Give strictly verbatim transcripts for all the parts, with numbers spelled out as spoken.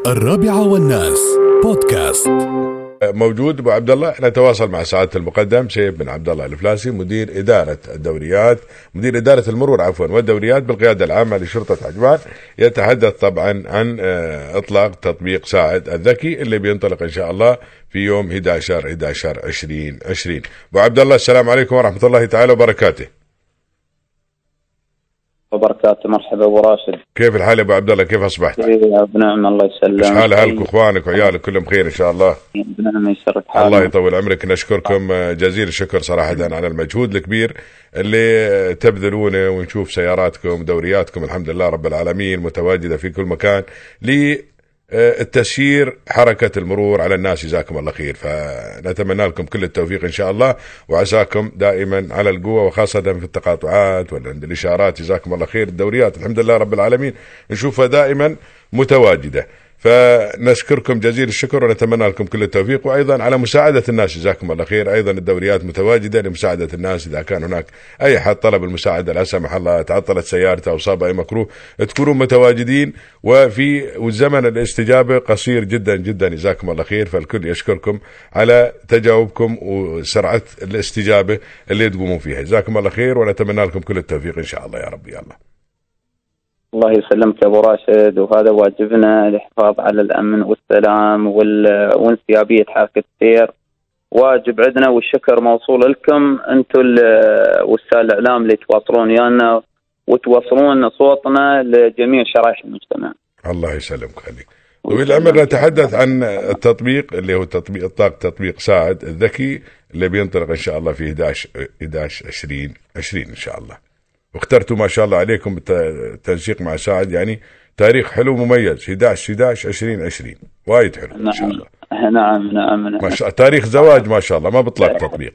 الرابعة والناس بودكاست. موجود ابو عبد الله. نتواصل مع سعاده المقدم سيف بن عبد الله الفلاسي، مدير اداره الدوريات مدير اداره المرور عفوا والدوريات بالقياده العامه لشرطه عجمان، يتحدث طبعا عن اطلاق تطبيق ساعد الذكي اللي بينطلق ان شاء الله في يوم أحد عشر أحد عشر عشرين عشرين. ابو عبد الله السلام عليكم ورحمه الله تعالى وبركاته. وبركاته. مرحبا ابو راشد، كيف الحال يا ابو عبد الله؟ كيف اصبحت؟ يا بنعم الله يسلمك. ايش حال اهلك واخوانك وعيالك؟ كلهم بخير ان شاء الله؟ بنعم يسرك حالك. الله يطول عمرك. نشكركم جزيل الشكر صراحه على المجهود الكبير اللي تبذلونه، ونشوف سياراتكم دورياتكم الحمد لله رب العالمين متواجده في كل مكان للتسيير حركه المرور على الناس. جزاكم الله خير، فنتمنى لكم كل التوفيق ان شاء الله، وعساكم دائما على القوه، وخاصه في التقاطعات ولا عند الاشارات. جزاكم الله خير. الدوريات الحمد لله رب العالمين نشوفها دائما متواجده، فنشكركم جزيل الشكر ونتمنى لكم كل التوفيق، وأيضا على مساعدة الناس. جزاكم الله خير. أيضا الدوريات متواجدة لمساعدة الناس إذا كان هناك أي حد طلب المساعدة، لا سمح الله تعطلت سيارته أو صاب أي مكروه، تكونوا متواجدين، وفي وزمن الاستجابة قصير جدا جدا. جزاكم الله خير. فالكل يشكركم على تجاوبكم وسرعة الاستجابة اللي تقومون فيها. جزاكم الله خير ونتمنى لكم كل التوفيق إن شاء الله يا رب. يا الله. الله يسلمك يا ابو راشد، وهذا واجبنا الحفاظ على الامن والسلام وانسيابيه حركه السير، واجب عندنا، والشكر موصول لكم انتم وسائل الاعلام اللي تواصلون ويانا وتوصلون صوتنا لجميع شرائح المجتمع. الله يسلمك خليك. طويل العمر. نتحدث عن التطبيق اللي هو تطبيق اطلاق تطبيق ساعد الذكي اللي بينطلق ان شاء الله في أحد عشر أحد عشر عشرين عشرين ان شاء الله، واخترتوا ما شاء الله عليكم بالتنسيق مع ساعد يعني تاريخ حلو مميز أحد عشر أحد عشر عشرين عشرين، وايد حلو. نعم. ان شاء الله. نعم نعم نعم. ما شاء تاريخ زواج ما شاء الله، ما بطلق تطبيق.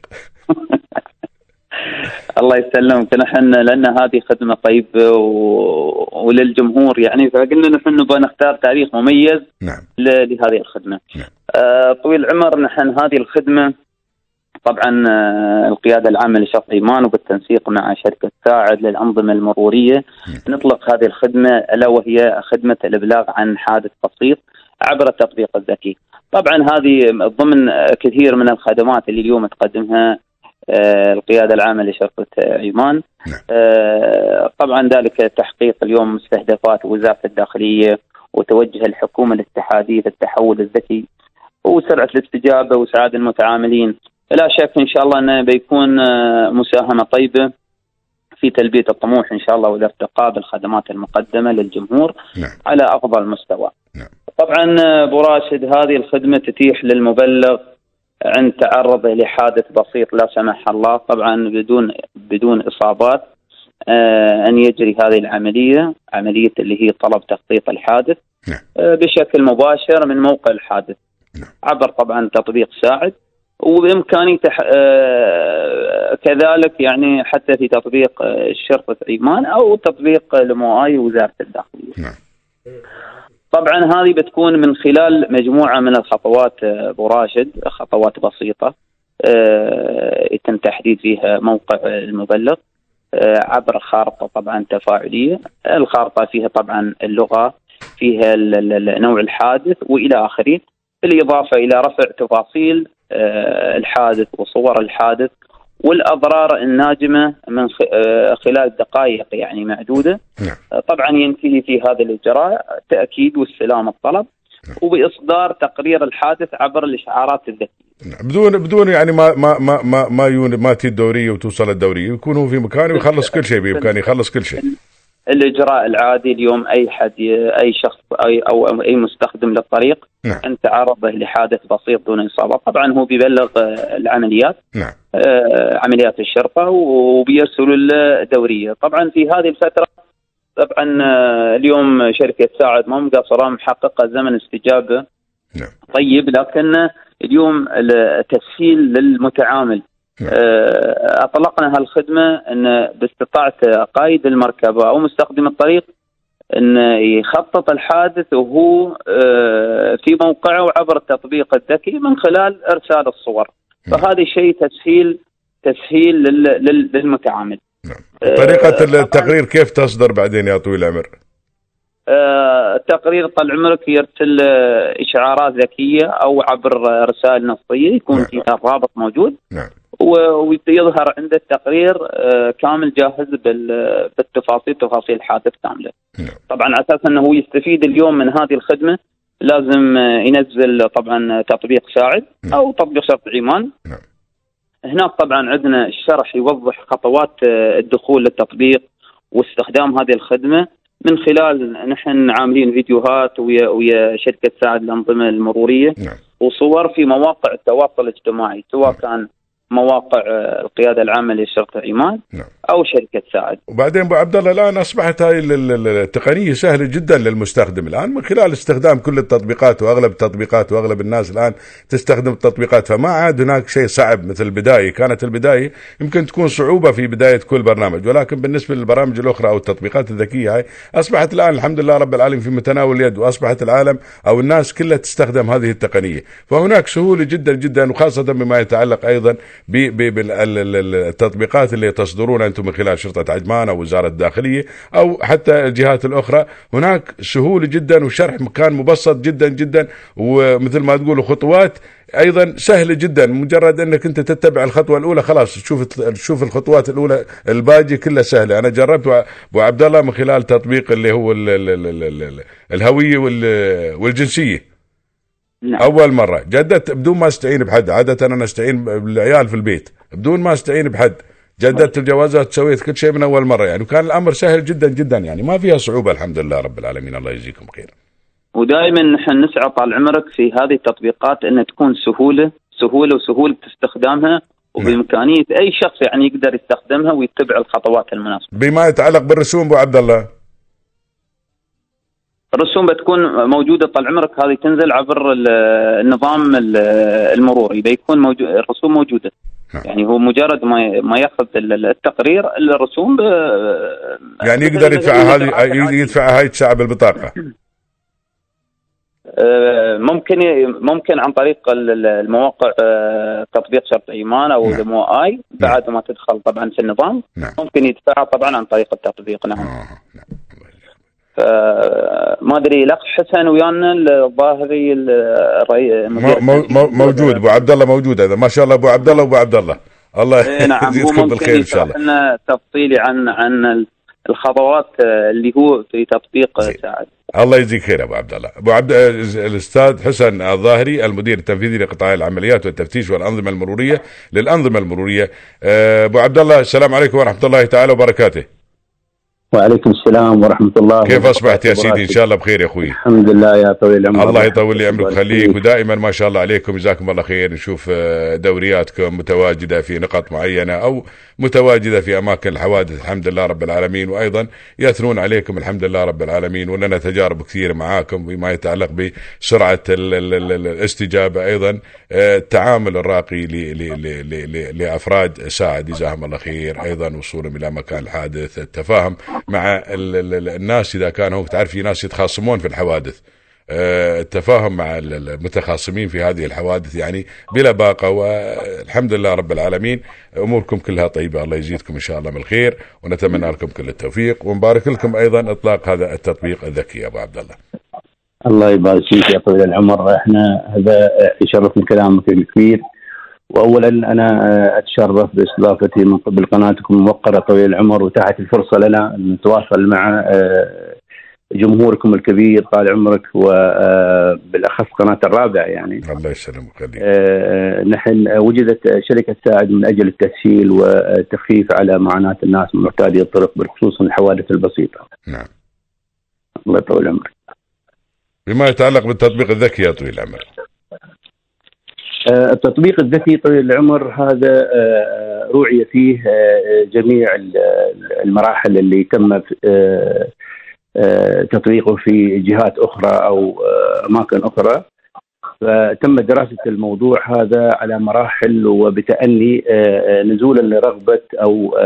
الله يسلمك. نحن لان هذه خدمه طيبه و... وللجمهور يعني، فقلنا نحن نبغى نختار تاريخ مميز. نعم. ل... لهذه الخدمه. نعم. آه طويل العمر. نحن هذه الخدمه طبعا القيادة العامة لشرطة عجمان وبالتنسيق مع شركة ساعد للأنظمة المرورية نطلق هذه الخدمة، ألا وهي خدمة الإبلاغ عن حادث بسيط عبر التطبيق الذكي. طبعا هذه ضمن كثير من الخدمات اللي اليوم تقدمها القيادة العامة لشرطة عجمان. طبعا ذلك تحقيق اليوم مستهدفات وزارة الداخلية وتوجه الحكومة الاتحادية في التحول الذكي وسرعة الاستجابة وسعادة المتعاملين. لا شك إن شاء الله أنه بيكون مساهمة طيبة في تلبية الطموح إن شاء الله والارتقاء بالخدمات المقدمة للجمهور. نعم. على أفضل مستوى. نعم. طبعا أبو راشد هذه الخدمة تتيح للمبلغ عند تعرضه لحادث بسيط لا سمح الله، طبعا بدون بدون إصابات، آه أن يجري هذه العملية عملية اللي هي طلب تخطيط الحادث. نعم. آه بشكل مباشر من موقع الحادث. نعم. عبر طبعا تطبيق ساعد، وبإمكاني تح... آه... كذلك يعني حتى في تطبيق آه... شرطة عجمان أو تطبيق الموآي وزارة الداخلية. نعم. طبعا هذه بتكون من خلال مجموعة من الخطوات أبو راشد، خطوات بسيطة آه... يتم تحديد فيها موقع المبلغ آه... عبر خارطة طبعا تفاعلية. الخارطة فيها طبعا اللغة، فيها نوع الحادث وإلى آخره، بالإضافة إلى رفع تفاصيل الحادث وصور الحادث والأضرار الناجمة من خلال دقائق يعني معدودة. نعم. طبعا ينتهي في هذا الإجراء تأكيد واستلام الطلب. نعم. وبإصدار تقرير الحادث عبر الإشعارات الذكية. نعم. بدون بدون يعني ما ما ما ما ما, يون ما تي الدورية وتوصل الدورية، يكونوا في مكان ويخلص كل شيء بإمكانه يخلص كل شيء. الإجراء العادي اليوم أي حد أي شخص أي أو أي مستخدم للطريق. نعم. أن تعرضه لحادث بسيط دون إصابة، طبعا هو بيبلغ العمليات. نعم. عمليات الشرطة وبيرسلوا الدورية. طبعا في هذه الفترة طبعا اليوم شركة ساعد ما مقصرة محققة زمن استجابة. نعم. طيب، لكن اليوم التسهيل للمتعامل. نعم. أطلقنا هالخدمة أن باستطاعة قائد المركبة أو مستخدم الطريق أن يخطط الحادث وهو في موقعه عبر التطبيق الذكي من خلال إرسال الصور. نعم. فهذا شيء تسهيل تسهيل للمتعامل. نعم. طريقة التقرير كيف تصدر بعدين يا طويل العمر؟ آه التقرير طال عمرك يرسل آه إشعارات ذكية أو عبر آه رسائل نصية، يكون نعم. فيها الرابط موجود. نعم. ويظهر عند التقرير آه كامل جاهز بالتفاصيل، تفاصيل الحادث كاملة. نعم. طبعا على أساس أنه يستفيد اليوم من هذه الخدمة لازم آه ينزل طبعا تطبيق ساعد أو تطبيق شرطة إيمان. نعم. هناك طبعا عندنا الشرح يوضح خطوات آه الدخول للتطبيق واستخدام هذه الخدمة، من خلال نحن عاملين فيديوهات ويا ويا شركة ساعد الأنظمة المرورية. نعم. وصور في مواقع التواصل الاجتماعي، سواء نعم. كان مواقع القيادة العامة لشرطة إيمان نعم. أو شركة ساعد. وبعدين أبو عبد الله الآن أصبحت هاي التقنية سهلة جدا للمستخدم الآن من خلال استخدام كل التطبيقات، وأغلب التطبيقات وأغلب الناس الآن تستخدم التطبيقات، فما عاد هناك شيء صعب مثل البداية. كانت البداية يمكن تكون صعوبة في بداية كل برنامج، ولكن بالنسبة للبرامج الأخرى أو التطبيقات الذكية هاي أصبحت الآن الحمد لله رب العالمين في متناول اليد، وأصبحت العالم أو الناس كلها تستخدم هذه التقنية. فهناك سهولة جدا جدا، وخاصة بما يتعلق أيضا بالتطبيقات اللي تصدرونها أنتم من خلال شرطة عجمان أو وزارة الداخلية أو حتى الجهات الأخرى. هناك سهولة جدا وشرح كان مبسط جدا جدا، ومثل ما تقولوا خطوات أيضا سهلة جدا، مجرد أنك أنت تتبع الخطوة الأولى خلاص تشوف تشوف الخطوات الأولى، الباقي كلها سهلة. أنا جربت أبو عبد الله من خلال تطبيق اللي هو ال ال ال ال الهوية والجنسية. نعم. أول مرة جددت بدون ما استعين بحد، عادة أنا استعين بالعيال في البيت بدون ما استعين بحد، جددت الجوازات، سويت كل شيء من أول مرة يعني، وكان الأمر سهل جدا جدا يعني، ما فيها صعوبة الحمد لله رب العالمين. الله يجزيكم خير. ودائما نحن نسعى طال عمرك في هذه التطبيقات أن تكون سهولة سهولة وسهولة استخدامها، وبإمكانية أي شخص يعني يقدر يستخدمها ويتبع الخطوات المناسبة. بما يتعلق بالرسوم أبو عبد الله، الرسوم بتكون موجودة طال عمرك، هذه تنزل عبر النظام المروري، بيكون موجود الرسوم موجودة. يعني هو مجرد ما ما ياخذ التقرير الرسوم يعني يقدر يدفع هذه يدفع هاي الساعة بالبطاقة. ممكن ممكن عن طريق المواقع، تطبيق شرطة إيمان أو نعم. دمو آي بعد ما تدخل طبعا في النظام. نعم. ممكن يدفع طبعا عن طريق التطبيق. نعم. آه. نعم. ما ادري الاخ حسن ويانا الظاهري الرئيس موجود. ابو عبد الله موجود، هذا ما شاء الله ابو عبد الله وابو عبد الله الله نعم. يجزيكم بالخير ان شاء الله. لنا تفصيلي عن عن الخطوات اللي هو في تطبيق ساعد. الله يجزيك خير ابو عبد الله. ابو عبد الاستاذ حسن الظاهري المدير التنفيذي لقطاع العمليات والتفتيش والانظمه المروريه للانظمه المروريه. ابو عبد الله السلام عليكم ورحمه الله تعالى وبركاته. وعليكم السلام ورحمة الله. كيف أصبحت يا سيدي؟ إن شاء الله بخير يا أخوي. الحمد لله يا طويل العمر. الله يطول لي عمرك ويخليك، ودائما ما شاء الله عليكم جزاكم الله خير. نشوف دورياتكم متواجدة في نقاط معينة أو متواجدة في أماكن الحوادث الحمد لله رب العالمين، وأيضا يثنون عليكم الحمد لله رب العالمين، ولنا تجارب كثير معاكم بما يتعلق بسرعة الاستجابة، أيضا التعامل الراقي لأفراد ساعد جزاهم الله خير، أيضا وصولا إلى مكان الحادث، التفاهم مع الناس إذا كانوا تعرف في ناس يتخاصمون في الحوادث، التفاهم مع المتخاصمين في هذه الحوادث يعني بلا باقة. والحمد لله رب العالمين أموركم كلها طيبة، الله يزيدكم إن شاء الله من الخير، ونتمنى لكم كل التوفيق، ونبارك لكم أيضا إطلاق هذا التطبيق الذكي يا أبو عبد الله. الله يبارك فيك يا طويل العمر. احنا هذا يشرفني كلامك الكبير، وأولا أنا أتشرف باستضافتي من قبل قناتكم الموقرة طويل العمر، وتحت الفرصة لنا أن نتواصل مع جمهوركم الكبير طال عمرك، وبالأخص قناة الرابع يعني. الله يسلمك ويخليك. نحن وجدت شركة ساعد من أجل التسهيل والتخفيف على معاناة الناس من معتادي الطرق، بالخصوص الحوادث البسيطة. نعم. الله يطول عمرك. بما يتعلق بالتطبيق الذكي يا طويل العمر، التطبيق الذكي طويل العمر هذا روعي فيه جميع المراحل اللي تم تطبيقه في جهات أخرى أو أماكن أخرى، فتم دراسة الموضوع هذا على مراحل وبتأني نزولا لرغبة أو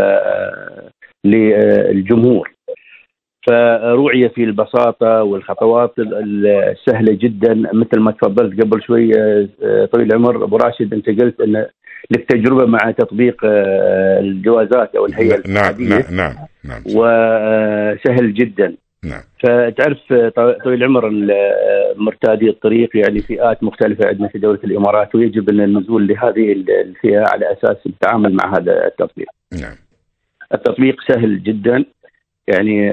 للجمهور، فروعي في البساطة والخطوات السهلة جدا. مثل ما تفضلت قبل شوي طويل العمر أبو راشد، أنت قلت أن لك تجربة مع تطبيق الجوازات أو الهيئة نعم نعم نعم نعم وسهل جدا. نعم. فتعرف طويل العمر مرتادي الطريق يعني فئات مختلفة عندنا في دولة الإمارات، ويجب أن النزول لهذه الفئة على أساس التعامل مع هذا التطبيق. نعم. التطبيق سهل جدا، يعني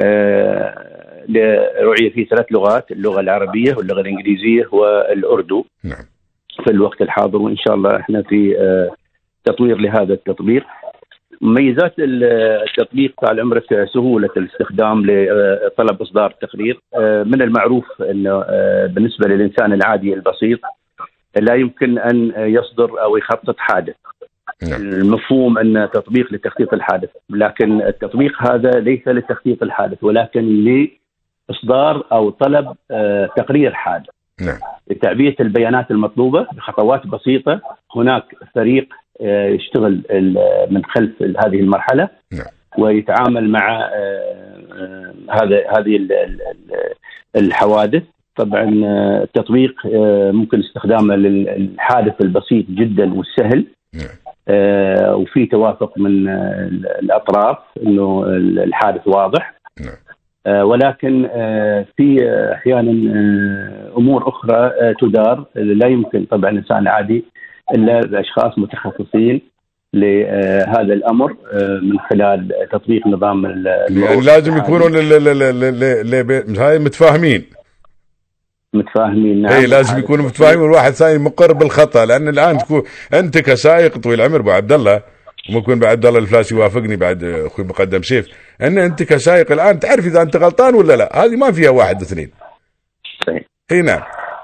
رعي فيه ثلاث لغات، اللغة العربية واللغة الإنجليزية والأردو. نعم. في الوقت الحاضر، وإن شاء الله إحنا في تطوير لهذا التطبيق. مميزات التطبيق طال عمرك سهولة الاستخدام لطلب إصدار تقرير. من المعروف أنه بالنسبة للإنسان العادي البسيط لا يمكن أن يصدر أو يخطط حادث. المفهوم أن تطبيق لتخطيط الحادث، لكن التطبيق هذا ليس لتخطيط الحادث ولكن لإصدار أو طلب تقرير حادث. نعم. لتعبئة البيانات المطلوبة بخطوات بسيطة. هناك فريق يشتغل من خلف هذه المرحلة. نعم. ويتعامل مع هذا هذه الحوادث. طبعا التطبيق ممكن استخدامه للحادث البسيط جدا والسهل. نعم. وفي توافق من الأطراف إنه الحادث واضح. نعم. ولكن في أحيانا أمور أخرى تدار لا يمكن طبعا الإنسان عادي إلا بأشخاص متخصصين لهذا الأمر من خلال تطبيق نظام المرور. يعني لازم يكونوا هاي متفاهمين متفاهمين. نعم. اي لازم يكونوا متفاهمين، والواحد ثاني مقر بالخطأ، لأن الآن تكون أنت كسائق طويل العمر أبو عبد الله، ممكن بعد عبد الله الفلاسي يوافقني بعد أخوي مقدم سيف، أن أنت كسائق الآن تعرف إذا أنت غلطان ولا لا. هذه ما فيها واحد اثنين. صحيح. اي نعم.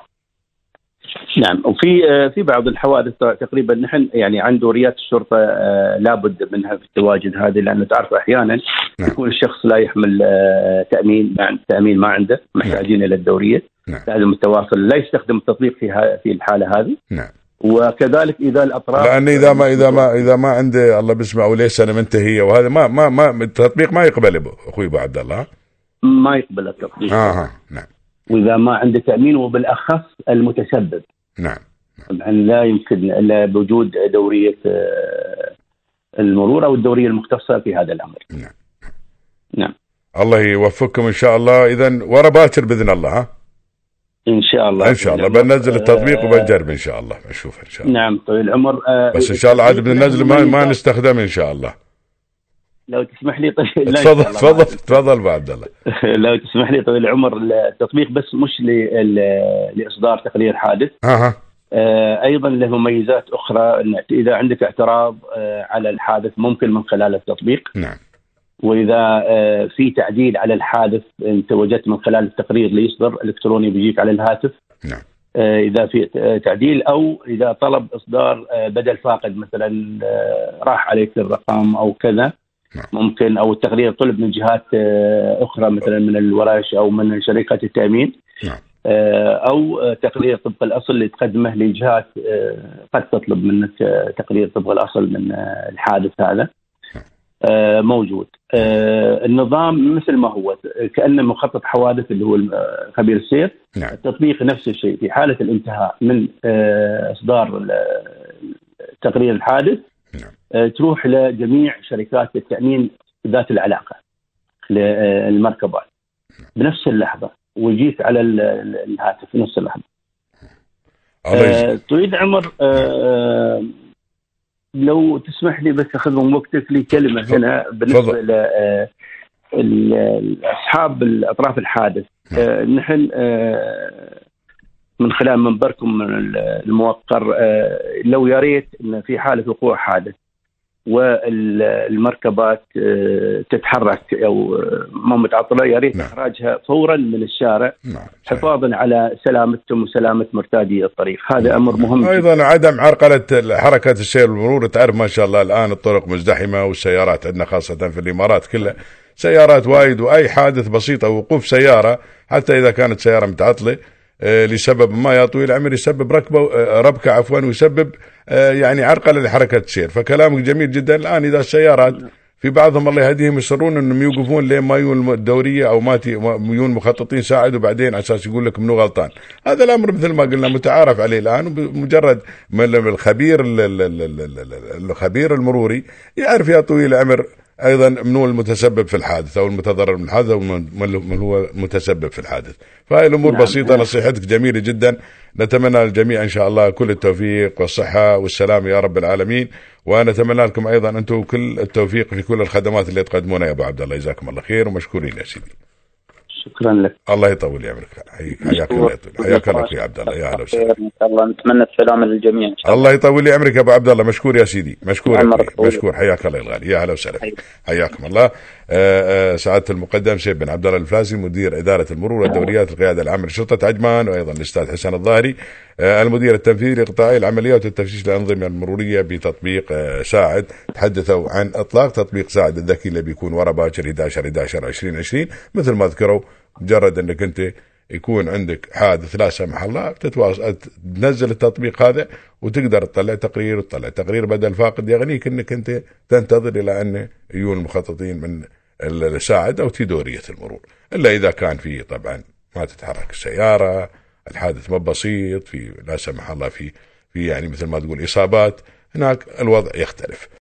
نعم. وفي في بعض الحوادث تقريبا نحن يعني عند دوريات الشرطة لابد منها في التواجد هذه، لأنه تعرف أحيانا نعم. يكون الشخص لا يحمل تأمين، مع تأمين ما عنده، محتاجين نعم. إلى الدورية. نعم. لازم التواصل، لا يستخدم التطبيق في في الحالة هذه. نعم. وكذلك إذا الأطراف، لأن إذا ما إذا ما إذا ما عنده الله بسمه أو ليس سنة منتهية وهذا ما ما ما التطبيق ما يقبل أخوي أبو عبد الله. ما يقبل التطبيق. آه. نعم. وإذا ما عنده تأمين، وبالأخص المتسبب. نعم. طبعا لا يمكن إلا بوجود دورية المرور أو الدورية المختصة في هذا الأمر. نعم. نعم. الله يوفقكم إن شاء الله. إذن ورا باكر بإذن الله. ها؟ إن شاء الله. إن شاء الله بننزل التطبيق وبنجرب إن شاء الله نشوف إن شاء الله. نعم طويل العمر. آه بس إن شاء الله عاد بننزل ما ما نستخدم إن شاء الله. لو تسمح لي طيب. تفضل تفضل تفضل أبو عبد الله. لو تسمح لي طويل العمر، التطبيق بس مش لإصدار تقرير حادث. أها. آه أيضا له مميزات أخرى، إن إذا عندك اعتراض آه على الحادث ممكن من خلال التطبيق. نعم. وإذا آه في تعديل على الحادث أنت وجدت من خلال التقرير اللي يصدر إلكتروني بيجيك على الهاتف. نعم. آه إذا في تعديل، أو إذا طلب إصدار آه بدل فاقد مثلا آه راح عليك الرقم أو كذا. نعم. ممكن، أو التقرير طلب من جهات آه أخرى مثلا من الورش أو من شركات التأمين. نعم. أو تقرير طبق الأصل اللي تقدمه لجهات قد تطلب منك تقرير طبق الأصل من الحادث هذا موجود. النظام مثل ما هو كأنه مخطط حوادث اللي هو خبير السير. نعم. التطبيق نفس الشيء، في حالة الانتهاء من إصدار تقرير الحادث. نعم. تروح لجميع شركات التأمين ذات العلاقة للمركبات بنفس اللحظة، وجيت على الهاتف في نفس اللحظة. آه طويل عمر، آه لو تسمح لي بس أخذ من وقتك لي كلمة هنا بالنسبة لأصحاب الأطراف الحادث. آه نحن آه من خلال منبركم الموقر، آه لو يا ريت إن في حالة وقوع حادث والمركبات تتحرك أو ما متعطلة، يا ريت إخراجها فورا من الشارع. نعم. حفاظا على سلامتهم وسلامة مرتادي الطريق. هذا أمر مهم. أيضا عدم عرقلة حركة السير والمرور. تعرف ما شاء الله الآن الطرق مزدحمة، والسيارات عندنا خاصة في الإمارات كلها سيارات وايد، وأي حادث بسيط أو وقوف سيارة حتى إذا كانت سيارة متعطلة لسبب ما يا طويل العمر يسبب ركبة ربكة عفوا ويسبب يعني عرقلة لحركة السير. فكلامك جميل جدا. الآن إذا السيارات في بعضهم الله يهديهم يصرون انهم يوقفون لين ما يجون الدوريه او ما يجون مخططين ساعد، وبعدين على اساس يقول لك منو غلطان. هذا الامر مثل ما قلنا متعارف عليه الان، ومجرد الخبير الخبير المروري يعرف يا طويل العمر ايضا من هو المتسبب في الحادث او المتضرر من الحادث او من هو المتسبب في الحادث. فهي الامور نعم. بسيطه. نصيحتك جميله جدا. نتمنى للجميع ان شاء الله كل التوفيق والصحه والسلام يا رب العالمين، ونتمنى لكم ايضا انتم كل التوفيق في كل الخدمات اللي تقدمونها يا ابو عبد الله. جزاكم الله خير ومشكورين يا سيدي. شكرا لك. الله يطول عمرك. حياك الله حياك الله اخوي عبد الله. يا هلا وسهلا. ان شاء الله نتمنى السلامه للجميع ان شاء الله. الله يطول لي عمرك يا ابو عبد الله. مشكور يا سيدي. مشكور مشكور. حياك الله الغالي. يا هلا وسهلا. حياكم الله. آآ آآ سعاده المقدم سيد بن عبد الله الفلاسي مدير اداره المرور والدوريات القياده العامه لشرطه عجمان، وايضا الاستاذ حسن الظاهري المدير التنفيذي لقطاعي العمليات والتفتيش الانظمه المروريه بتطبيق ساعد. تحدثوا عن اطلاق تطبيق ساعد الذكي اللي بيكون ورا باكر أحد عشر أحد عشر عشرين عشرين. مثل ما ذكروا مجرد انك انت يكون عندك حادث لا سمح الله تتواصل تنزل التطبيق هذا وتقدر تطلع تقرير وتطلع تقرير بدل فاقد يغنيك انك انت تنتظر الى ان يجون المخططين من الساعد او في دورية المرور، الا اذا كان في طبعا ما تتحرك السيارة، الحادث ما بسيط، في لا سمح الله في في يعني مثل ما تقول اصابات، هناك الوضع يختلف.